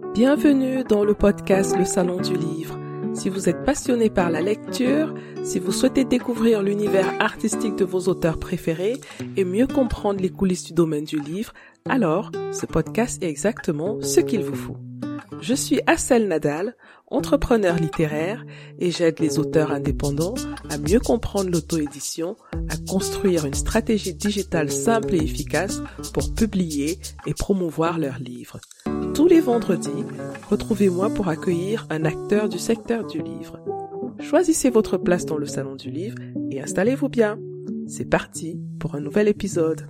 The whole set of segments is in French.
Bienvenue dans le podcast Le Salon du Livre. Si vous êtes passionné par la lecture, si vous souhaitez découvrir l'univers artistique de vos auteurs préférés et mieux comprendre les coulisses du domaine du livre, alors ce podcast est exactement ce qu'il vous faut. Je suis Assel Nadal, entrepreneur littéraire et j'aide les auteurs indépendants à mieux comprendre l'auto-édition, à construire une stratégie digitale simple et efficace pour publier et promouvoir leurs livres. Tous les vendredis, retrouvez-moi pour accueillir un acteur du secteur du livre. Choisissez votre place dans le salon du livre et installez-vous bien. C'est parti pour un nouvel épisode.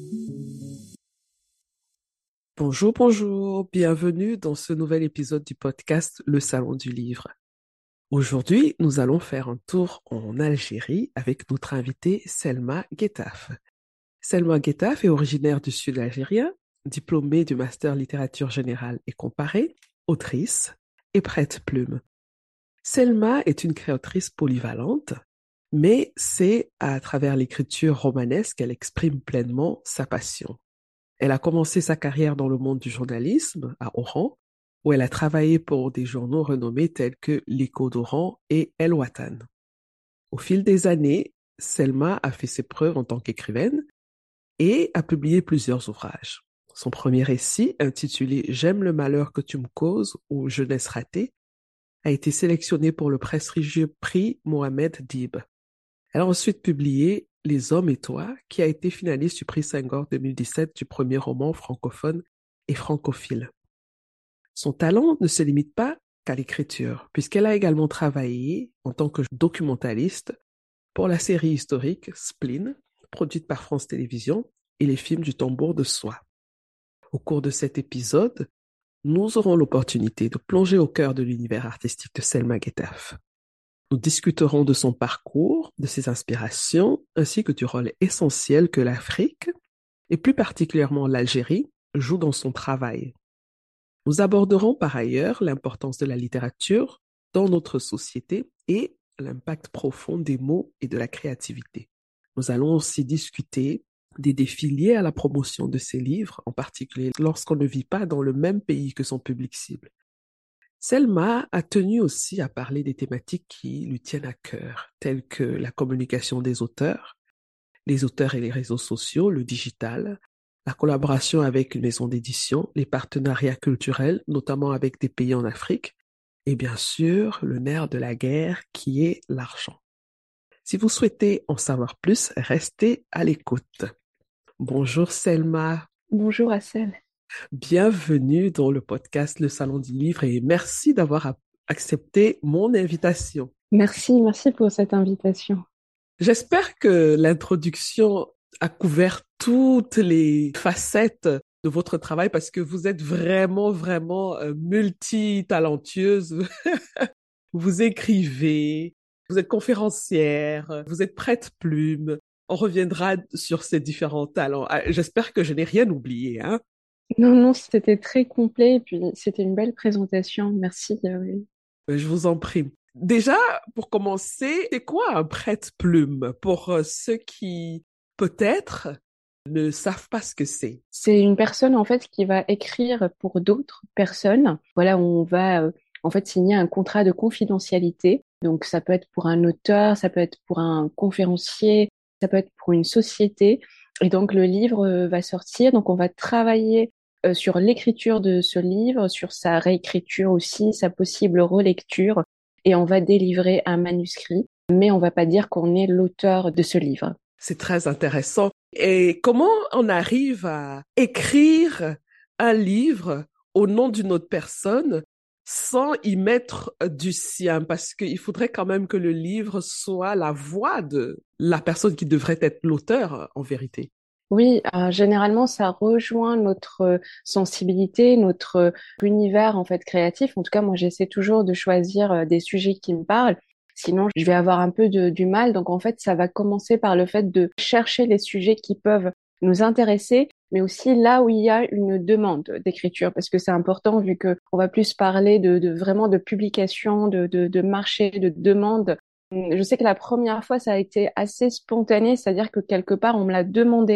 Bonjour, bienvenue dans ce nouvel épisode du podcast Le Salon du Livre. Aujourd'hui, nous allons faire un tour en Algérie avec notre invitée Selma Guettaf. Selma Guettaf est originaire du sud algérien, diplômée du master littérature générale et comparée, autrice et prête-plume. Selma est une créatrice polyvalente, mais c'est à travers l'écriture romanesque qu'elle exprime pleinement sa passion. Elle a commencé sa carrière dans le monde du journalisme à Oran, où elle a travaillé pour des journaux renommés tels que L'Écho d'Oran et El Watan. Au fil des années, Selma a fait ses preuves en tant qu'écrivaine et a publié plusieurs ouvrages. Son premier récit, intitulé « J'aime le malheur que tu me causes » ou « Jeunesse ratée », a été sélectionné pour le prestigieux prix Mohamed Dib. Elle a ensuite publié « Les hommes et toi » qui a été finaliste du prix Senghor 2017 du premier roman francophone et francophile. Son talent ne se limite pas qu'à l'écriture, puisqu'elle a également travaillé en tant que documentaliste pour la série historique Spleen, produite par France Télévisions, et les films du Tambour de Soie. Au cours de cet épisode, nous aurons l'opportunité de plonger au cœur de l'univers artistique de Selma Guettaf. Nous discuterons de son parcours, de ses inspirations, ainsi que du rôle essentiel que l'Afrique, et plus particulièrement l'Algérie, joue dans son travail. Nous aborderons par ailleurs l'importance de la littérature dans notre société et l'impact profond des mots et de la créativité. Nous allons aussi discuter des défis liés à la promotion de ses livres, en particulier lorsqu'on ne vit pas dans le même pays que son public cible. Selma a tenu aussi à parler des thématiques qui lui tiennent à cœur, telles que la communication des auteurs, les auteurs et les réseaux sociaux, le digital, la collaboration avec une maison d'édition, les partenariats culturels, notamment avec des pays en Afrique, et bien sûr, le nerf de la guerre qui est l'argent. Si vous souhaitez en savoir plus, restez à l'écoute. Bonjour Selma. Bonjour Assel. Bienvenue dans le podcast Le Salon du Livre et merci d'avoir accepté mon invitation. Merci pour cette invitation. J'espère que l'introduction a couvert toutes les facettes de votre travail parce que vous êtes vraiment multitalentueuse. Vous écrivez, vous êtes conférencière, vous êtes prête-plume. On reviendra sur ces différents talents. J'espère que je n'ai rien oublié, hein? Non, c'était très complet et puis c'était une belle présentation. Merci. Oui. Je vous en prie. Déjà, pour commencer, c'est quoi un prête-plume pour ceux qui, peut-être, ne savent pas ce que c'est? C'est une personne en fait qui va écrire pour d'autres personnes. Voilà, on va en fait signer un contrat de confidentialité. Donc ça peut être pour un auteur, ça peut être pour un conférencier, ça peut être pour une société. Et donc le livre va sortir. Donc on va travailler sur l'écriture de ce livre, sur sa réécriture aussi, sa possible relecture. Et on va délivrer un manuscrit, mais on va pas dire qu'on est l'auteur de ce livre. C'est très intéressant. Et comment on arrive à écrire un livre au nom d'une autre personne sans y mettre du sien? Parce qu'il faudrait quand même que le livre soit la voix de la personne qui devrait être l'auteur, en vérité. Oui, généralement, ça rejoint notre sensibilité, notre univers en fait créatif. En tout cas, moi, j'essaie toujours de choisir des sujets qui me parlent. Sinon, je vais avoir un peu du mal. Donc, en fait, ça va commencer par le fait de chercher les sujets qui peuvent nous intéresser, mais aussi là où il y a une demande d'écriture, parce que c'est important vu que on va plus parler de vraiment de publication, de marché, de demande. Je sais que la première fois, ça a été assez spontané, c'est-à-dire que quelque part, on me l'a demandé.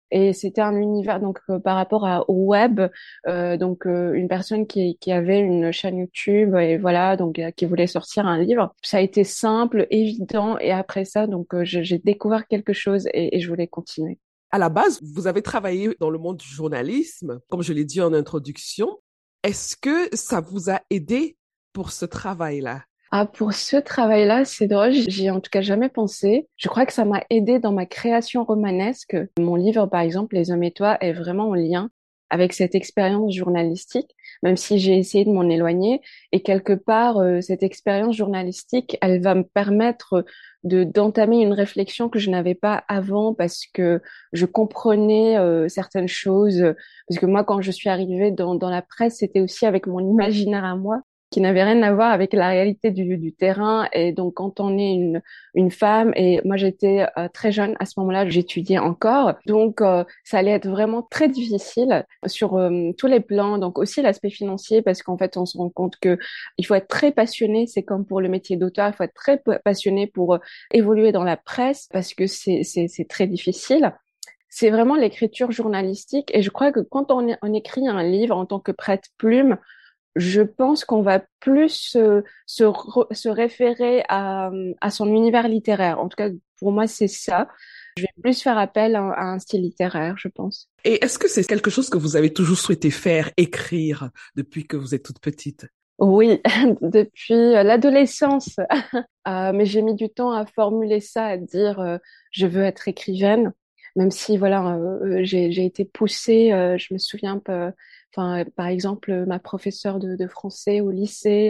Et c'était un univers donc par rapport au web, une personne qui avait une chaîne YouTube et voilà donc qui voulait sortir un livre. Ça a été simple, évident et après ça j'ai découvert quelque chose et je voulais continuer. À la base, vous avez travaillé dans le monde du journalisme, comme je l'ai dit en introduction. Est-ce que ça vous a aidé pour ce travail-là? Ah, pour ce travail-là, c'est drôle, j'y ai en tout cas jamais pensé. Je crois que ça m'a aidé dans ma création romanesque. Mon livre, par exemple, Les Hommes et Toi, est vraiment en lien avec cette expérience journalistique, même si j'ai essayé de m'en éloigner. Et quelque part, cette expérience journalistique, elle va me permettre d'entamer une réflexion que je n'avais pas avant parce que je comprenais certaines choses. Parce que moi, quand je suis arrivée dans la presse, c'était aussi avec mon imaginaire à moi qui n'avait rien à voir avec la réalité du terrain. Et donc, quand on est une femme, et moi j'étais très jeune à ce moment-là, j'étudiais encore, donc ça allait être vraiment très difficile sur tous les plans. Donc aussi l'aspect financier, parce qu'en fait, on se rend compte que il faut être très passionné. C'est comme pour le métier d'auteur, il faut être très passionné pour évoluer dans la presse, parce que c'est très difficile. C'est vraiment l'écriture journalistique. Et je crois que quand on écrit un livre en tant que prête-plume, je pense qu'on va plus se référer à son univers littéraire. En tout cas, pour moi, c'est ça. Je vais plus faire appel à un style littéraire, je pense. Et est-ce que c'est quelque chose que vous avez toujours souhaité faire, écrire, depuis que vous êtes toute petite? Oui, depuis l'adolescence. Mais j'ai mis du temps à formuler ça, à dire je veux être écrivaine, même si voilà, j'ai été poussée. Je me souviens, enfin, par exemple, ma professeure de français au lycée,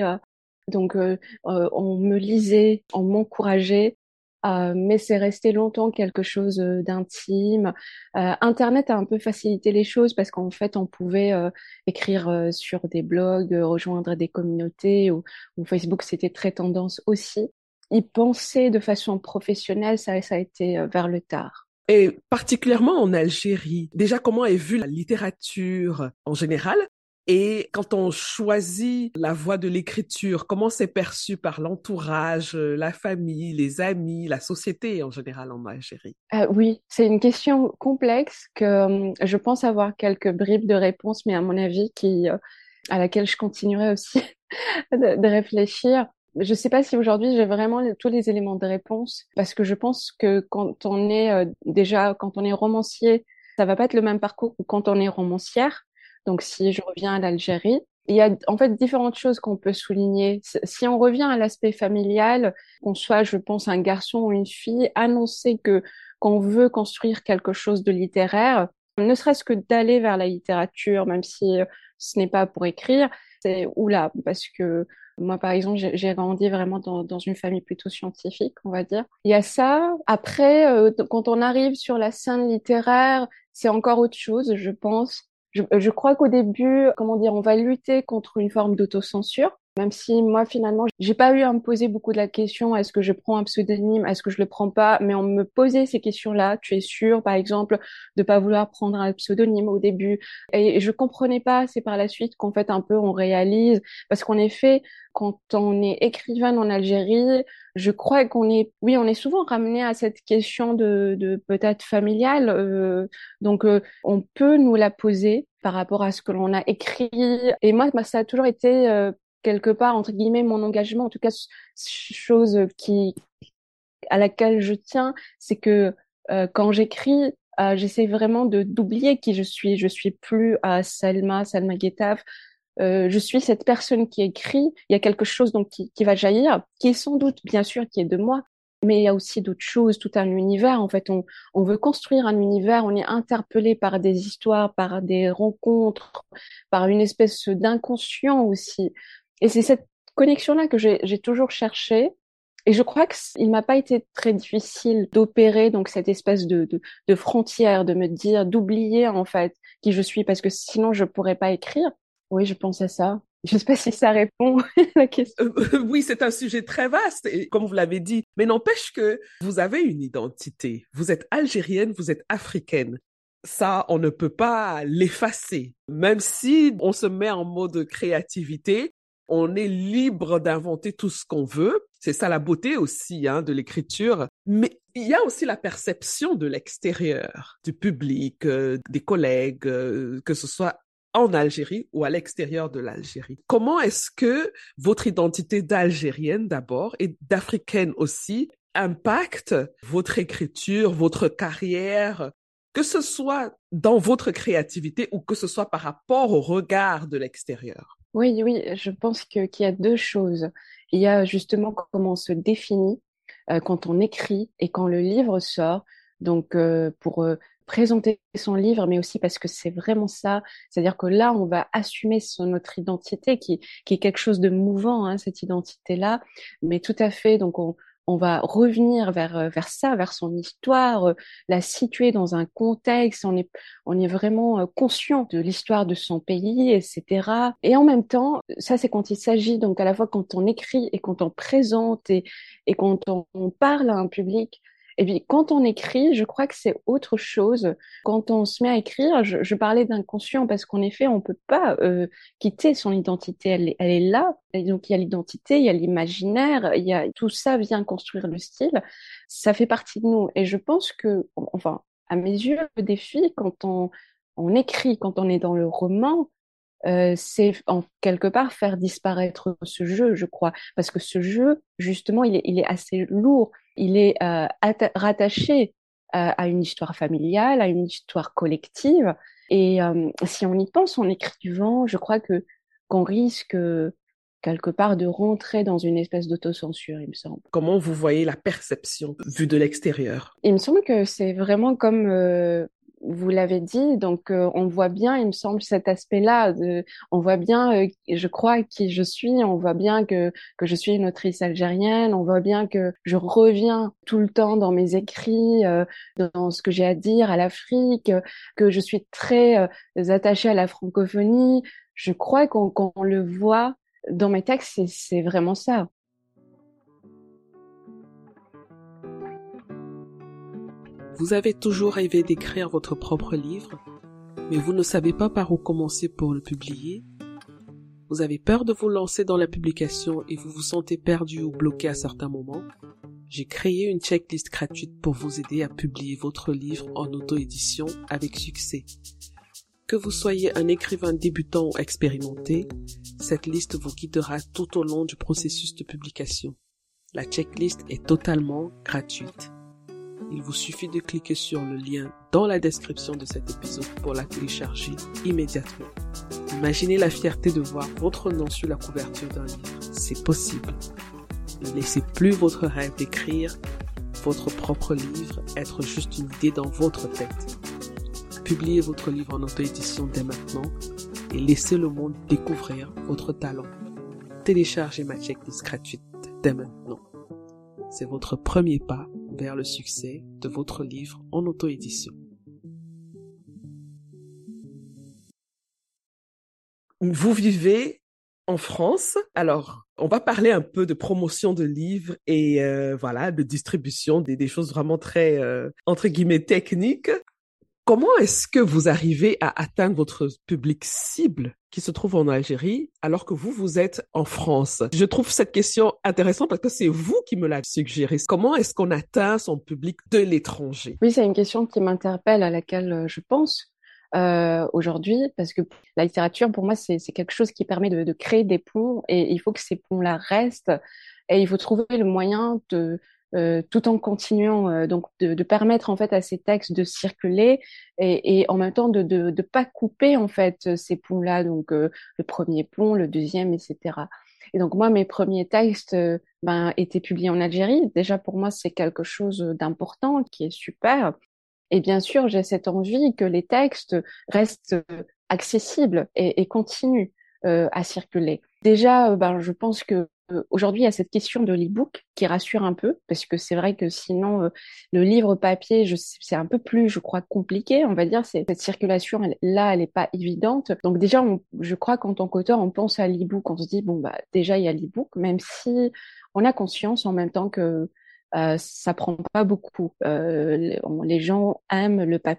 on me lisait, on m'encourageait. Mais c'est resté longtemps quelque chose d'intime. Internet a un peu facilité les choses parce qu'en fait, on pouvait écrire sur des blogs, rejoindre des communautés ou Facebook, c'était très tendance aussi. Y penser de façon professionnelle, ça a été vers le tard. Et particulièrement en Algérie, déjà comment est vue la littérature en général? Et quand on choisit la voie de l'écriture, comment c'est perçu par l'entourage, la famille, les amis, la société en général en Algérie? Oui, c'est une question complexe que je pense avoir quelques bribes de réponse, mais à mon avis, à laquelle je continuerai aussi de réfléchir. Je ne sais pas si aujourd'hui j'ai vraiment tous les éléments de réponse, parce que je pense que quand on est romancier, ça va pas être le même parcours que quand on est romancière. Donc si je reviens à l'Algérie, il y a en fait différentes choses qu'on peut souligner. Si on revient à l'aspect familial, qu'on soit, je pense, un garçon ou une fille, annoncer que qu'on veut construire quelque chose de littéraire, ne serait-ce que d'aller vers la littérature, même si ce n'est pas pour écrire, c'est oula, parce que moi, par exemple, j'ai grandi vraiment dans une famille plutôt scientifique, on va dire. Il y a ça. Après, quand on arrive sur la scène littéraire, c'est encore autre chose, je pense. Je crois qu'au début, comment dire, on va lutter contre une forme d'autocensure. Même si moi, finalement, j'ai pas eu à me poser beaucoup de la question, est-ce que je prends un pseudonyme, est-ce que je le prends pas? Mais on me posait ces questions-là. Tu es sûr, par exemple, de pas vouloir prendre un pseudonyme au début? Et je comprenais pas. C'est par la suite qu'en fait, un peu, on réalise. Parce qu'en effet, quand on est écrivain en Algérie, je crois oui, on est souvent ramené à cette question de peut-être familiale. On peut nous la poser par rapport à ce que l'on a écrit. Et moi, ça a toujours été quelque part, entre guillemets, mon engagement, en tout cas, chose à laquelle je tiens, c'est que quand j'écris, j'essaie vraiment d'oublier qui je suis. Je suis plus Salma Ghetaf. Je suis cette personne qui écrit. Il y a quelque chose donc qui va jaillir, qui est sans doute, bien sûr, qui est de moi. Mais il y a aussi d'autres choses, tout un univers. En fait, on veut construire un univers, on est interpellé par des histoires, par des rencontres, par une espèce d'inconscient aussi. Et c'est cette connexion-là que j'ai toujours cherchée. Et je crois qu'il m'a pas été très difficile d'opérer donc cette espèce de frontière, de me dire, d'oublier en fait qui je suis, parce que sinon je pourrais pas écrire. Oui, je pense à ça. Je sais pas si ça répond à la question. Oui, c'est un sujet très vaste, et comme vous l'avez dit, mais n'empêche que vous avez une identité. Vous êtes algérienne, vous êtes africaine. Ça, on ne peut pas l'effacer. Même si on se met en mode créativité, on est libre d'inventer tout ce qu'on veut. C'est ça la beauté aussi, hein, de l'écriture. Mais Il y a aussi la perception de l'extérieur, du public, des collègues, que ce soit en Algérie ou à l'extérieur de l'Algérie. Comment est-ce que votre identité d'Algérienne d'abord et d'Africaine aussi impacte votre écriture, votre carrière, que ce soit dans votre créativité ou que ce soit par rapport au regard de l'extérieur? Oui, oui, je pense qu'il y a deux choses. Il y a justement comment on se définit quand on écrit et quand le livre sort. Donc, pour présenter son livre, mais aussi parce que c'est vraiment ça. C'est-à-dire que là, on va assumer notre identité, qui est quelque chose de mouvant, hein, cette identité-là. Mais tout à fait, donc on va revenir vers ça, vers son histoire, la situer dans un contexte. On est vraiment conscient de l'histoire de son pays, etc. Et en même temps, ça c'est quand il s'agit, donc à la fois quand on écrit et quand on présente et quand on parle à un public. Et puis quand on écrit, je crois que c'est autre chose. Quand on se met à écrire, je parlais d'inconscient parce qu'en effet, on peut pas quitter son identité. Elle est là. Et donc il y a l'identité, il y a l'imaginaire, il y a tout ça vient construire le style. Ça fait partie de nous. Et je pense que, enfin, à mes yeux, le défi quand on écrit, quand on est dans le roman, c'est en quelque part faire disparaître ce jeu, je crois, parce que ce jeu, justement, il est assez lourd, il est rattaché à une histoire familiale, à une histoire collective, et si on y pense en écrivant, je crois que qu'on risque quelque part de rentrer dans une espèce d'autocensure, il me semble. Comment vous voyez la perception vue de l'extérieur? Il me semble que c'est vraiment comme vous l'avez dit, donc on voit bien, il me semble, cet aspect-là. On voit bien, je crois, qui je suis. On voit bien que je suis une autrice algérienne. On voit bien que je reviens tout le temps dans mes écrits, dans ce que j'ai à dire à l'Afrique, que je suis très attachée à la francophonie. Je crois qu'on le voit dans mes textes, c'est vraiment ça. Vous avez toujours rêvé d'écrire votre propre livre, mais vous ne savez pas par où commencer pour le publier? Vous avez peur de vous lancer dans la publication et vous vous sentez perdu ou bloqué à certains moments? J'ai créé une checklist gratuite pour vous aider à publier votre livre en auto-édition avec succès. Que vous soyez un écrivain débutant ou expérimenté, cette liste vous guidera tout au long du processus de publication. La checklist est totalement gratuite. Il vous suffit de cliquer sur le lien dans la description de cet épisode pour la télécharger immédiatement. Imaginez la fierté de voir votre nom sur la couverture d'un livre. C'est possible. Ne laissez plus votre rêve d'écrire votre propre livre être juste une idée dans votre tête. Publiez votre livre en auto-édition dès maintenant et laissez le monde découvrir votre talent. Téléchargez ma checklist gratuite dès maintenant. C'est votre premier pas vers le succès de votre livre en auto-édition. Vous vivez en France. Alors, on va parler un peu de promotion de livres et voilà, de distribution, des choses vraiment très, entre guillemets, techniques. Comment est-ce que vous arrivez à atteindre votre public cible qui se trouve en Algérie alors que vous êtes en France? Je trouve cette question intéressante parce que c'est vous qui me l'avez suggéré. Comment est-ce qu'on atteint son public de l'étranger? Oui, c'est une question qui m'interpelle, à laquelle je pense aujourd'hui, parce que la littérature, pour moi, c'est quelque chose qui permet de créer des ponts, et il faut que ces ponts-là restent, et il faut trouver le moyen tout en continuant, donc de permettre en fait à ces textes de circuler, et en même temps de pas couper en fait ces ponts-là, donc le premier pont, le deuxième, etc. Et donc moi, mes premiers textes étaient publiés en Algérie. Déjà pour moi, c'est quelque chose d'important, qui est super. Et bien sûr, j'ai cette envie que les textes restent accessibles et continuent à circuler. Déjà, je pense que aujourd'hui, il y a cette question de l'e-book qui rassure un peu, parce que c'est vrai que sinon, le livre papier, c'est un peu plus, je crois, compliqué. On va dire, cette circulation, là, elle n'est pas évidente. Donc déjà, je crois qu'en tant qu'auteur, on pense à l'e-book, on se dit, bon, bah, déjà, il y a l'e-book, même si on a conscience en même temps que ça prend pas beaucoup. Les gens aiment le papier.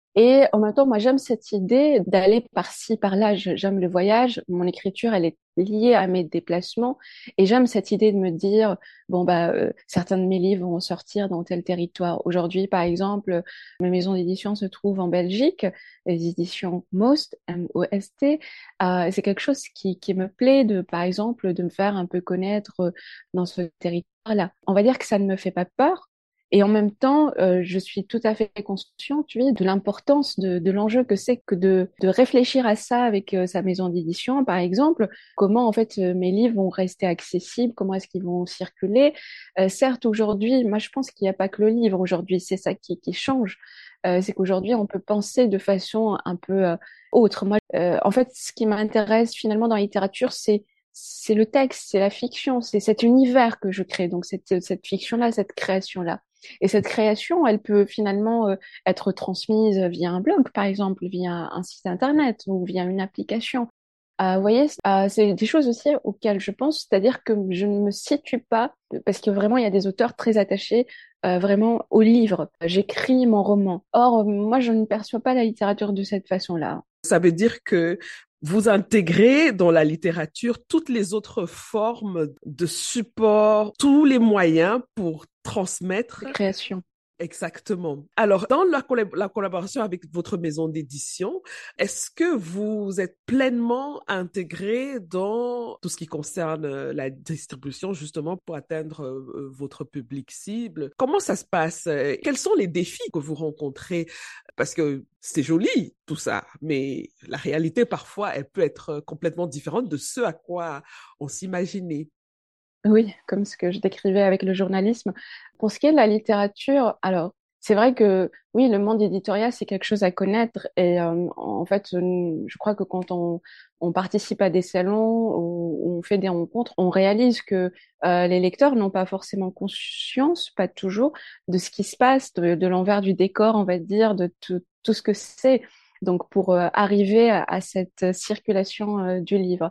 Et en même temps, moi, j'aime cette idée d'aller par-ci, par-là. J'aime le voyage. Mon écriture, elle est liée à mes déplacements. Et j'aime cette idée de me dire, bon, certains de mes livres vont sortir dans tel territoire. Aujourd'hui, par exemple, ma maison d'édition se trouve en Belgique, les éditions Most, M-O-S-T. C'est quelque chose qui me plaît de, par exemple, de me faire un peu connaître dans ce territoire-là. On va dire que ça ne me fait pas peur. Et en même temps, je suis tout à fait consciente, tu vois, de l'importance de l'enjeu que c'est que de réfléchir à ça avec sa maison d'édition, par exemple. Comment, en fait, mes livres vont rester accessibles? Comment est-ce qu'ils vont circuler? Certes, aujourd'hui, moi, je pense qu'il n'y a pas que le livre aujourd'hui. C'est ça qui change. C'est qu'aujourd'hui, on peut penser de façon un peu autre. Moi, en fait, ce qui m'intéresse finalement dans la littérature, c'est le texte, c'est la fiction, c'est cet univers que je crée. Donc, cette fiction-là, cette création-là. Et cette création, elle peut finalement être transmise via un blog, par exemple, via un site internet ou via une application. Vous voyez, c'est des choses aussi auxquelles je pense, c'est-à-dire que je ne me situe pas, parce que vraiment, il y a des auteurs très attachés vraiment au livre. J'écris mon roman. Or, moi, je ne perçois pas la littérature de cette façon-là. Ça veut dire que vous intégrez dans la littérature toutes les autres formes de support, tous les moyens pour transmettre. De création. Exactement. Alors, dans la collaboration avec votre maison d'édition, est-ce que vous êtes pleinement intégré dans tout ce qui concerne la distribution, justement, pour atteindre votre public cible? Comment ça se passe? Quels sont les défis que vous rencontrez? Parce que c'est joli, tout ça, mais la réalité, parfois, elle peut être complètement différente de ce à quoi on s'imaginait. Oui, comme ce que je décrivais avec le journalisme. Pour ce qui est de la littérature, alors, c'est vrai que oui, le monde éditorial, c'est quelque chose à connaître. Et en fait, je crois que quand on participe à des salons ou on fait des rencontres, on réalise que les lecteurs n'ont pas forcément conscience, pas toujours, de ce qui se passe, de l'envers du décor, on va dire, de tout ce que c'est. Donc, pour arriver à cette circulation du livre.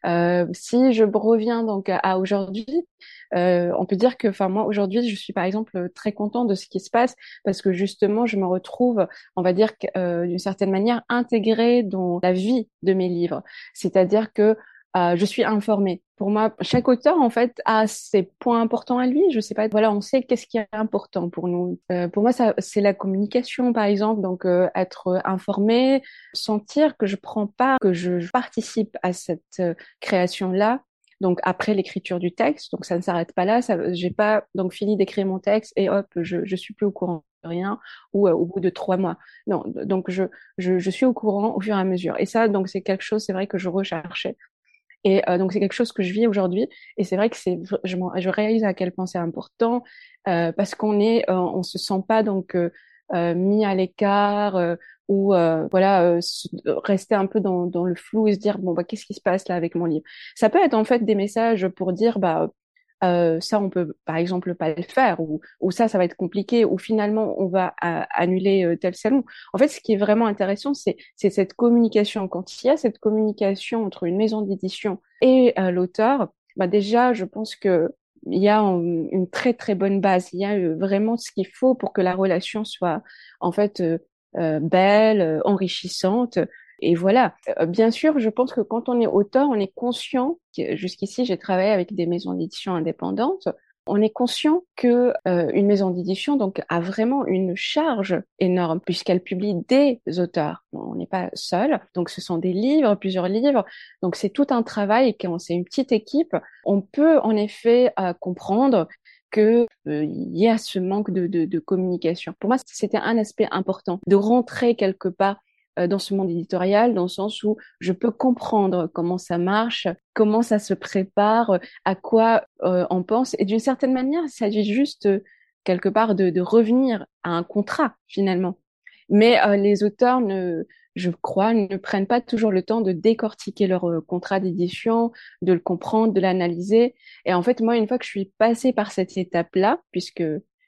Si je reviens donc à aujourd'hui, on peut dire que, enfin moi aujourd'hui, je suis par exemple très contente de ce qui se passe parce que justement, je me retrouve, on va dire d'une certaine manière, intégrée dans la vie de mes livres. C'est-à-dire que je suis informée. Pour moi, chaque auteur, en fait, a ses points importants à lui. Je sais pas, voilà, on sait qu'est-ce qui est important pour nous. Pour moi, ça, c'est la communication, par exemple. Donc, être informé, sentir que je prends part, que je participe à cette création-là. Donc, après l'écriture du texte, donc ça ne s'arrête pas là. Ça, j'ai pas donc fini d'écrire mon texte et hop, je suis plus au courant de rien ou au bout de 3 mois. Non, donc je suis au courant au fur et à mesure. Et ça, donc c'est quelque chose, c'est vrai que je recherchais. Et donc c'est quelque chose que je vis aujourd'hui. Et c'est vrai que je réalise à quel point c'est important parce on se sent pas donc mis à l'écart ou voilà rester un peu dans le flou et se dire bon bah qu'est-ce qui se passe là avec mon livre. Ça peut être en fait des messages pour dire bah ça on peut par exemple pas le faire ou ça va être compliqué ou finalement on va annuler tel salon. En fait, ce qui est vraiment intéressant, c'est cette communication. Quand il y a cette communication entre une maison d'édition et l'auteur, bah déjà, je pense que il y a une très très bonne base. Il y a vraiment ce qu'il faut pour que la relation soit en fait belle, enrichissante. Et voilà. Bien sûr, je pense que quand on est auteur, on est conscient. Jusqu'ici, j'ai travaillé avec des maisons d'édition indépendantes. On est conscient que une maison d'édition donc a vraiment une charge énorme puisqu'elle publie des auteurs. On n'est pas seul, donc ce sont des livres, plusieurs livres. Donc c'est tout un travail et quand c'est une petite équipe, on peut en effet comprendre que il y a ce manque de communication. Pour moi, c'était un aspect important de rentrer quelque part dans ce monde éditorial, dans le sens où je peux comprendre comment ça marche, comment ça se prépare, à quoi on pense. Et d'une certaine manière, il s'agit juste quelque part de revenir à un contrat finalement. Mais les auteurs, je crois, ne prennent pas toujours le temps de décortiquer leur contrat d'édition, de le comprendre, de l'analyser. Et en fait, moi, une fois que je suis passée par cette étape-là, puisque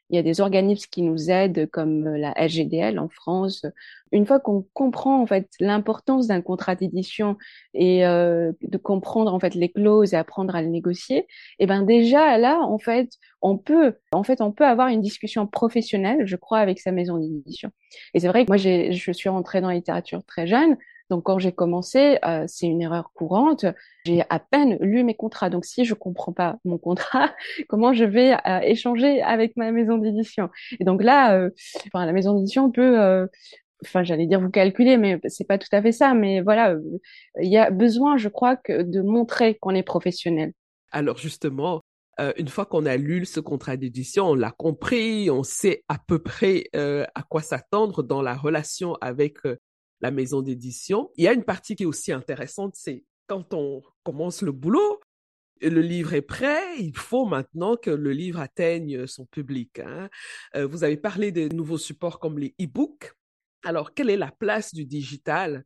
Il y a des organismes qui nous aident, comme la SGDL en France. Une fois qu'on comprend en fait l'importance d'un contrat d'édition et de comprendre en fait les clauses et apprendre à le négocier, et ben déjà là on peut avoir une discussion professionnelle, je crois, avec sa maison d'édition. Et c'est vrai que moi je suis rentrée dans la littérature très jeune. Donc quand j'ai commencé, c'est une erreur courante. J'ai à peine lu mes contrats. Donc si je comprends pas mon contrat, comment je vais échanger avec ma maison d'édition? Et donc là, enfin la maison d'édition peut, enfin j'allais dire vous calculer, mais c'est pas tout à fait ça. Mais voilà, il y a besoin, je crois, de montrer qu'on est professionnel. Alors justement, une fois qu'on a lu ce contrat d'édition, on l'a compris, on sait à peu près à quoi s'attendre dans la relation avec la maison d'édition. Il y a une partie qui est aussi intéressante, c'est quand on commence le boulot, le livre est prêt, il faut maintenant que le livre atteigne son public, hein. Vous avez parlé des nouveaux supports comme les e-books. Alors, quelle est la place du digital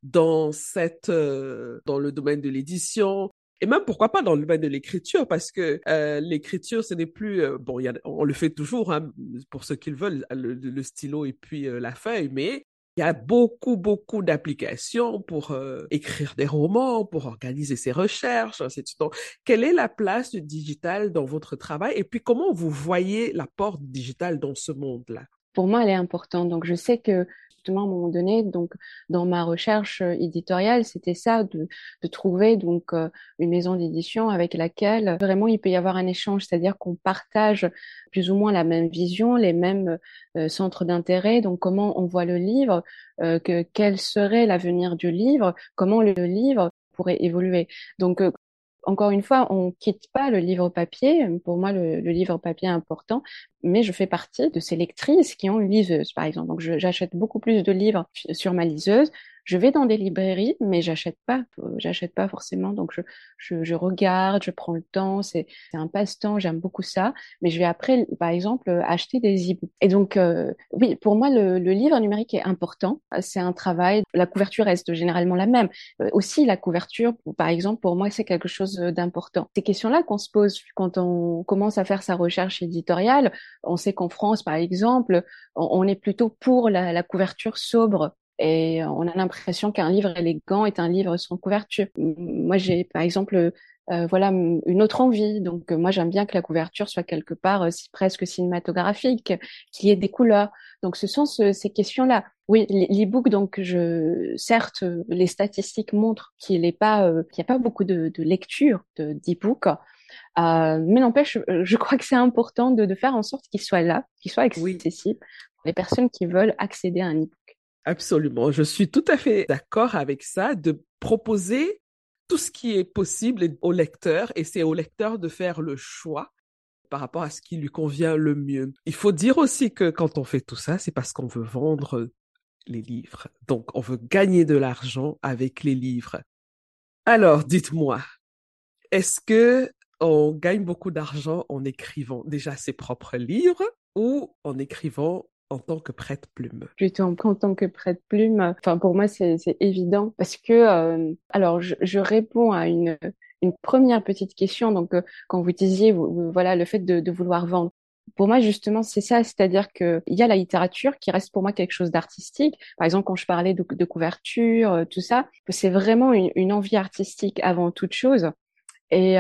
dans le domaine de l'édition et même pourquoi pas dans le domaine de l'écriture parce que l'écriture ce n'est plus bon on le fait toujours hein, pour ceux qui le veulent le stylo et puis la feuille mais il y a beaucoup d'applications pour écrire des romans, pour organiser ses recherches, ainsi de suite. Donc, quelle est la place du digital dans votre travail et puis comment vous voyez l'apport du digital dans ce monde-là? Pour moi, elle est importante. Donc, je sais que justement, à un moment donné, donc dans ma recherche éditoriale, c'était ça, de trouver donc une maison d'édition avec laquelle vraiment il peut y avoir un échange, c'est-à-dire qu'on partage plus ou moins la même vision, les mêmes centres d'intérêt. Donc, comment on voit le livre, quel serait l'avenir du livre, comment le livre pourrait évoluer. Donc, encore une fois, on quitte pas le livre papier. Pour moi, le livre papier est important, mais je fais partie de ces lectrices qui ont une liseuse, par exemple. Donc, j'achète beaucoup plus de livres sur ma liseuse. Je vais dans des librairies, mais j'achète pas forcément. Donc, je regarde, je prends le temps. C'est un passe-temps. J'aime beaucoup ça. Mais je vais après, par exemple, acheter des e-books. Et donc, oui, pour moi, le livre numérique est important. C'est un travail. La couverture reste généralement la même. Aussi, la couverture, par exemple, pour moi, c'est quelque chose d'important. Ces questions-là qu'on se pose quand on commence à faire sa recherche éditoriale, on sait qu'en France, par exemple, on est plutôt pour la couverture sobre. Et on a l'impression qu'un livre élégant est un livre sans couverture. Moi, j'ai, par exemple, voilà, une autre envie. Donc, moi, j'aime bien que la couverture soit quelque part presque cinématographique, qu'il y ait des couleurs. Donc, ce sont ces questions-là. Oui, l'e-book, donc certes, les statistiques montrent qu'il n'y a pas beaucoup de lecture d'e-book, mais n'empêche, je crois que c'est important de faire en sorte qu'il soit là, qu'il soit Oui, accessible pour les personnes qui veulent accéder à un e-book. absolument. Je suis tout à fait d'accord avec ça, de proposer tout ce qui est possible au lecteur et c'est au lecteur de faire le choix par rapport à ce qui lui convient le mieux. Il faut dire aussi que quand on fait tout ça, c'est parce qu'on veut vendre les livres. Donc, on veut gagner de l'argent avec les livres. Alors, dites-moi, est-ce que on gagne beaucoup d'argent en écrivant déjà ses propres livres ou en écrivant en tant que prête-plume? Plutôt en tant que prête-plume, enfin pour moi c'est évident parce que alors je réponds à une première petite question. Donc quand vous disiez voilà le fait de vouloir vendre. Pour moi, justement, c'est ça, c'est-à-dire que il y a la littérature qui reste pour moi quelque chose d'artistique. Par exemple, quand je parlais de couverture, tout ça, c'est vraiment une envie artistique avant toute chose. Et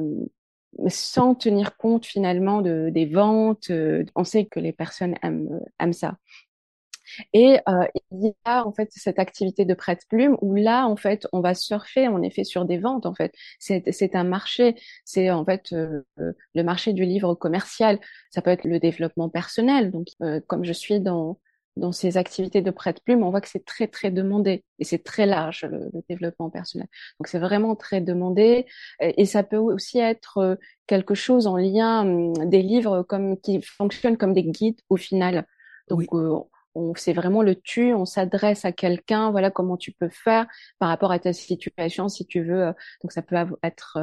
sans tenir compte finalement des ventes, on sait que les personnes aiment ça. Et il y a en fait cette activité de prête-plume où là en fait on va surfer en effet sur des ventes en fait. C'est un marché, c'est en fait le marché du livre commercial. Ça peut être le développement personnel. Donc comme je suis dans ces activités de prête-plume, on voit que c'est très demandé et c'est très large le développement personnel. Donc c'est vraiment très demandé et ça peut aussi être quelque chose en lien des livres comme qui fonctionnent comme des guides au final. Donc Oui, c'est vraiment le tu, on s'adresse à quelqu'un, voilà comment tu peux faire par rapport à ta situation si tu veux. Donc ça peut être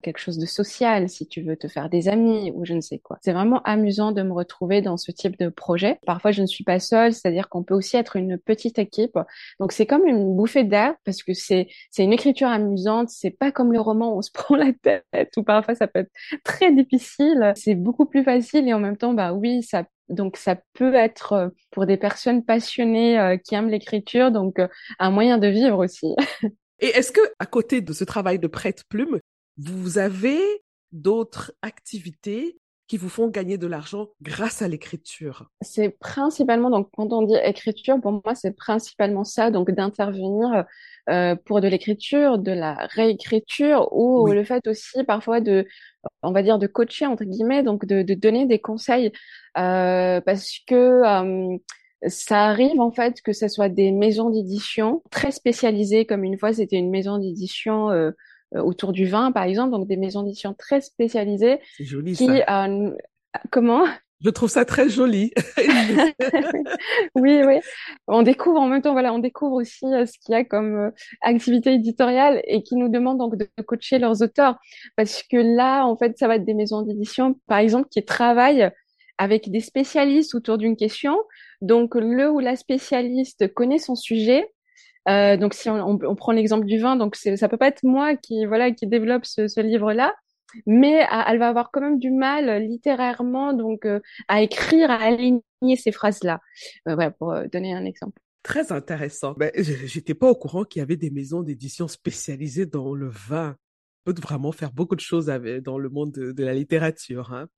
quelque chose de social, si tu veux te faire des amis ou je ne sais quoi. C'est vraiment amusant de me retrouver dans ce type de projet. Parfois, je ne suis pas seule, c'est-à-dire qu'on peut aussi être une petite équipe. Donc, c'est comme une bouffée d'air parce que c'est une écriture amusante. C'est pas comme le roman où on se prend la tête ou parfois ça peut être très difficile. C'est beaucoup plus facile et en même temps, bah oui, donc ça peut être pour des personnes passionnées qui aiment l'écriture, donc un moyen de vivre aussi. Et est-ce que, à côté de ce travail de prête-plume, vous avez d'autres activités qui vous font gagner de l'argent grâce à l'écriture? C'est principalement, donc quand on dit écriture, pour moi, c'est principalement ça, donc d'intervenir pour de l'écriture, de la réécriture ou Oui. le fait aussi parfois on va dire, de coacher, entre guillemets, donc de donner des conseils parce que ça arrive en fait que ce soit des maisons d'édition très spécialisées, comme une fois c'était une maison d'édition autour du vin, par exemple, donc des maisons d'édition très spécialisées C'est joli qui... ça. comment? Je trouve ça très joli. Oui, oui. On découvre en même temps, voilà, on découvre aussi ce qu'il y a comme activité éditoriale et qui nous demande donc de coacher leurs auteurs. Parce que là, en fait, ça va être des maisons d'édition, par exemple, qui travaillent avec des spécialistes autour d'une question. Donc, le ou la spécialiste connaît son sujet. Donc, si on prend l'exemple du vin, donc ça peut pas être moi qui, voilà, qui développe ce livre-là, mais elle va avoir quand même du mal littérairement donc à écrire, à aligner ces phrases-là. Voilà, pour donner un exemple. Très intéressant. Ben, j'étais pas au courant qu'il y avait des maisons d'édition spécialisées dans le vin. On peut vraiment faire beaucoup de choses dans le monde de la littérature, hein.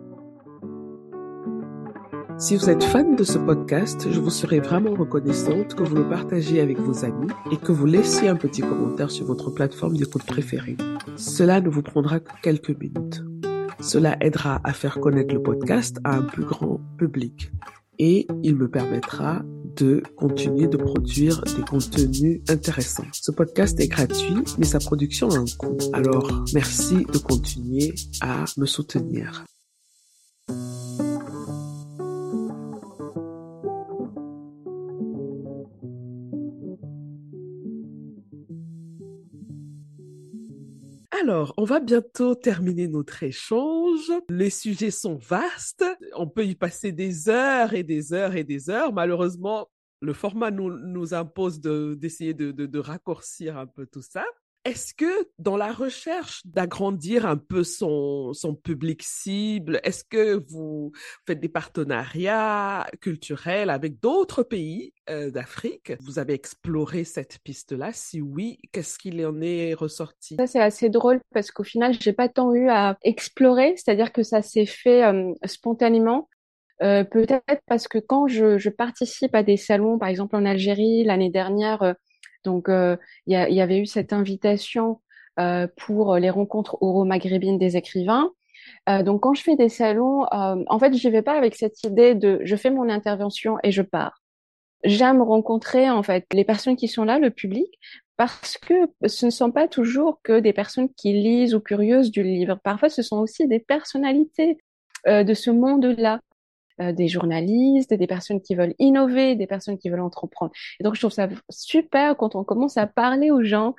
Si vous êtes fan de ce podcast, je vous serais vraiment reconnaissante que vous le partagiez avec vos amis et que vous laissiez un petit commentaire sur votre plateforme d'écoute préférée. Cela ne vous prendra que quelques minutes. Cela aidera à faire connaître le podcast à un plus grand public et il me permettra de continuer de produire des contenus intéressants. Ce podcast est gratuit, mais sa production a un coût. Alors, merci de continuer à me soutenir. Alors, on va bientôt terminer notre échange. Les sujets sont vastes. On peut y passer des heures et des heures et des heures. Malheureusement, le format nous impose d'essayer de raccourcir un peu tout ça. Est-ce que dans la recherche d'agrandir un peu son public cible, est-ce que vous faites des partenariats culturels avec d'autres pays d'Afrique? Vous avez exploré cette piste-là? Si oui, qu'est-ce qu'il en est ressorti? Ça, c'est assez drôle parce qu'au final, j'ai pas tant eu à explorer, c'est-à-dire que ça s'est fait spontanément. Peut-être parce que quand je participe à des salons, par exemple en Algérie l'année dernière, donc il y avait eu cette invitation pour les rencontres euro-maghrébines des écrivains. Donc quand je fais des salons, en fait, j'y vais pas avec cette idée de je fais mon intervention et je pars. J'aime rencontrer en fait les personnes qui sont là, le public, parce que ce ne sont pas toujours que des personnes qui lisent ou curieuses du livre. Parfois, ce sont aussi des personnalités de ce monde-là, des journalistes, des personnes qui veulent innover, des personnes qui veulent entreprendre. Et donc, je trouve ça super quand on commence à parler aux gens.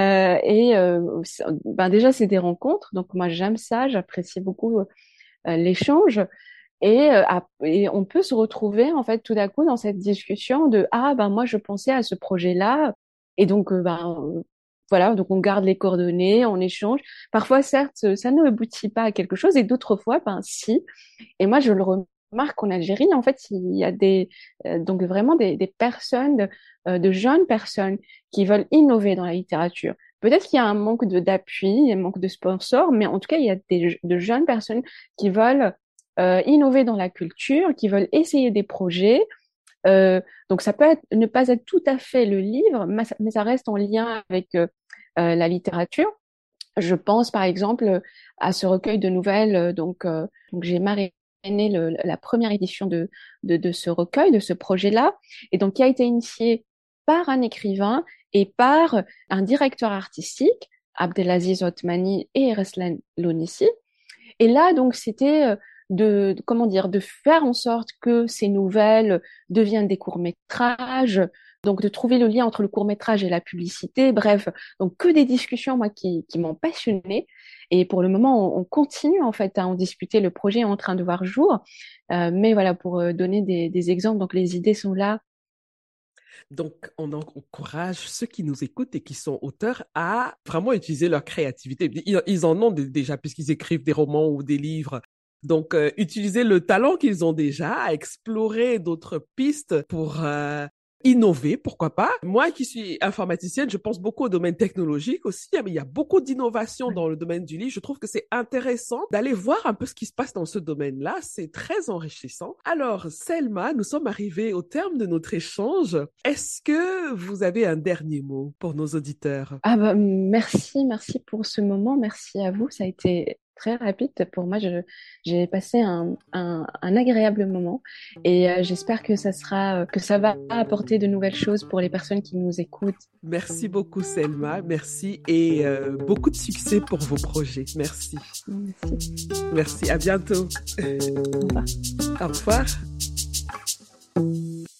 Ben déjà, c'est des rencontres. Donc, moi, j'aime ça. J'apprécie beaucoup l'échange. Et on peut se retrouver en fait tout d'un coup dans cette discussion de ah ben moi je pensais à ce projet-là et donc voilà, donc on garde les coordonnées, on échange. Parfois certes ça ne aboutit pas à quelque chose et d'autres fois ben si. Et moi je le remarque qu'en Algérie en fait il y a donc vraiment des personnes de jeunes personnes qui veulent innover dans la littérature. Peut-être qu'il y a un manque d'appui, un manque de sponsors, mais en tout cas il y a de jeunes personnes qui veulent innover dans la culture, qui veulent essayer des projets. Donc ça peut ne pas être tout à fait le livre, mais ça reste en lien avec la littérature. Je pense par exemple à ce recueil de nouvelles. Donc j'ai marrainé la première édition de ce recueil, de ce projet-là, et donc qui a été initié par un écrivain et par un directeur artistique, Abdelaziz Othmani et Reslan Lonissi. Et là, donc, c'était comment dire, de faire en sorte que ces nouvelles deviennent des courts-métrages, Donc, de trouver le lien entre le court-métrage et la publicité, bref, donc que des discussions, moi, qui m'ont passionnée. Et pour le moment, on continue, en fait, à en discuter. Le projet est en train de voir jour. Mais voilà, pour donner des exemples, donc les idées sont là. Donc, on encourage ceux qui nous écoutent et qui sont auteurs à vraiment utiliser leur créativité. Ils en ont déjà puisqu'ils écrivent des romans ou des livres. Donc, utiliser le talent qu'ils ont déjà, à explorer d'autres pistes pour innover, pourquoi pas. Moi qui suis informaticienne, je pense beaucoup au domaine technologique aussi, mais il y a beaucoup d'innovations dans le domaine du livre. Je trouve que c'est intéressant d'aller voir un peu ce qui se passe dans ce domaine-là. C'est très enrichissant. Alors, Selma, nous sommes arrivés au terme de notre échange. Est-ce que vous avez un dernier mot pour nos auditeurs? Ah bah, merci pour ce moment. Merci à vous. Ça a été très rapide pour moi. J'ai passé un agréable moment et j'espère que que ça va apporter de nouvelles choses pour les personnes qui nous écoutent. Merci beaucoup, Selma. Merci et beaucoup de succès pour vos projets. Merci. Merci. Merci. À bientôt. Au revoir. Au revoir.